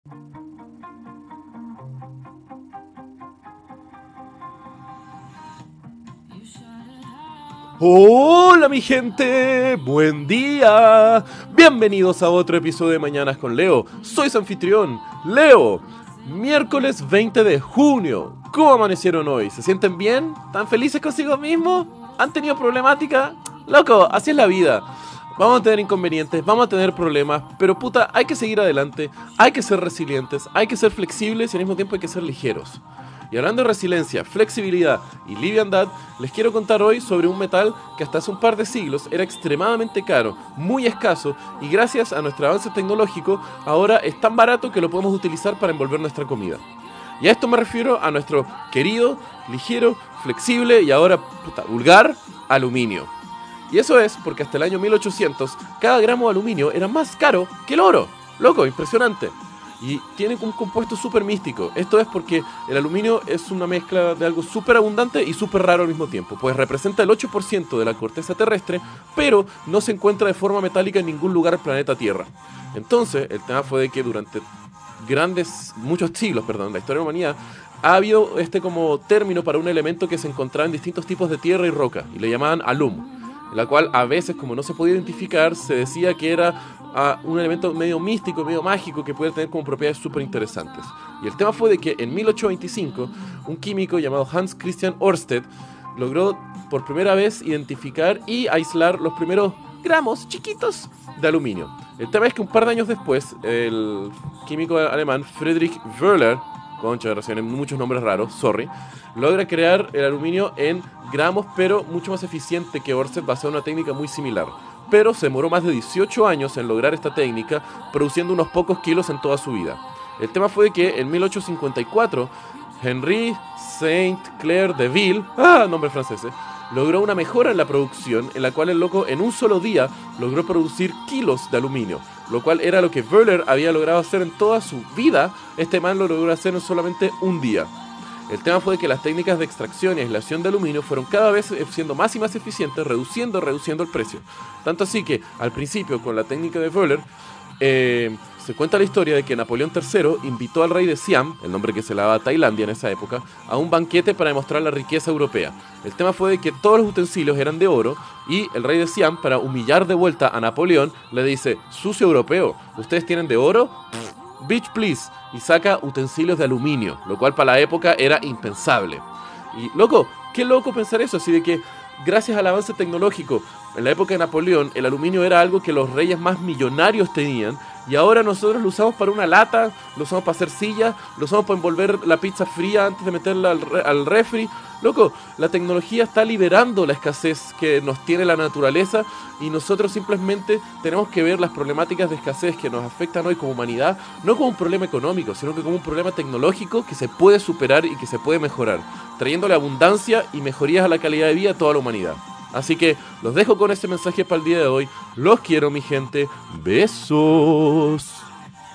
Hola mi gente, buen día. Bienvenidos a otro episodio de Mañanas con Leo. Soy su anfitrión, Leo. Miércoles 20 de junio. ¿Cómo amanecieron hoy? ¿Se sienten bien? ¿Están felices consigo mismos? ¿Han tenido problemática? Loco, así es la vida. Vamos a tener inconvenientes, vamos a tener problemas, pero puta, hay que seguir adelante, hay que ser resilientes, hay que ser flexibles y al mismo tiempo hay que ser ligeros. Y hablando de resiliencia, flexibilidad y liviandad, les quiero contar hoy sobre un metal que hasta hace un par de siglos era extremadamente caro, muy escaso, y gracias a nuestro avance tecnológico, ahora es tan barato que lo podemos utilizar para envolver nuestra comida. Y a esto me refiero a nuestro querido, ligero, flexible y ahora, puta, vulgar, aluminio. Y eso es porque hasta el año 1800, cada gramo de aluminio era más caro que el oro. Loco, impresionante. Y tiene un compuesto súper místico. Esto es porque el aluminio es una mezcla de algo súper abundante y súper raro al mismo tiempo, pues representa el 8% de la corteza terrestre, pero no se encuentra de forma metálica en ningún lugar del planeta Tierra. Entonces, el tema fue de que durante muchos siglos, la historia de la humanidad, ha habido como término para un elemento que se encontraba en distintos tipos de tierra y roca, y le llamaban alum, la cual a veces, como no se podía identificar, se decía que era un elemento medio místico, medio mágico, que puede tener como propiedades súper interesantes. Y el tema fue de que en 1825 un químico llamado Hans Christian Ørsted logró por primera vez identificar y aislar los primeros gramos chiquitos de aluminio. El tema es que un par de años después el químico alemán Friedrich Wöhler, concha de recién, muchos nombres raros, logra crear el aluminio en gramos, pero mucho más eficiente que Ørsted, basado en una técnica muy similar. Pero se demoró más de 18 años en lograr esta técnica, produciendo unos pocos kilos en toda su vida. El tema fue que en 1854, Henri Saint-Clair de Ville, nombre francés, logró una mejora en la producción, en la cual el loco en un solo día logró producir kilos de aluminio, lo cual era lo que Wöhler había logrado hacer en toda su vida. Este man lo logró hacer en solamente un día. El tema fue que las técnicas de extracción y aislación de aluminio fueron cada vez siendo más y más eficientes, reduciendo el precio. Tanto así que al principio, con la técnica de Wöhler, se cuenta la historia de que Napoleón III invitó al rey de Siam, el nombre que se le daba a Tailandia en esa época, a un banquete para demostrar la riqueza europea. El tema fue de que todos los utensilios eran de oro y el rey de Siam, para humillar de vuelta a Napoleón, le dice: sucio europeo, ¿ustedes tienen de oro? Bitch please, y saca utensilios de aluminio, lo cual para la época era impensable. Y loco, qué loco pensar eso, así de que gracias al avance tecnológico, en la época de Napoleón, el aluminio era algo que los reyes más millonarios tenían, y ahora nosotros lo usamos para una lata, lo usamos para hacer sillas, lo usamos para envolver la pizza fría antes de meterla al refri. Loco, la tecnología está liberando la escasez que nos tiene la naturaleza, y nosotros simplemente tenemos que ver las problemáticas de escasez que nos afectan hoy como humanidad, no como un problema económico, sino que como un problema tecnológico que se puede superar y que se puede mejorar, trayéndole abundancia y mejorías a la calidad de vida a toda la humanidad. Así que los dejo con este mensaje para el día de hoy. Los quiero, mi gente. Besos.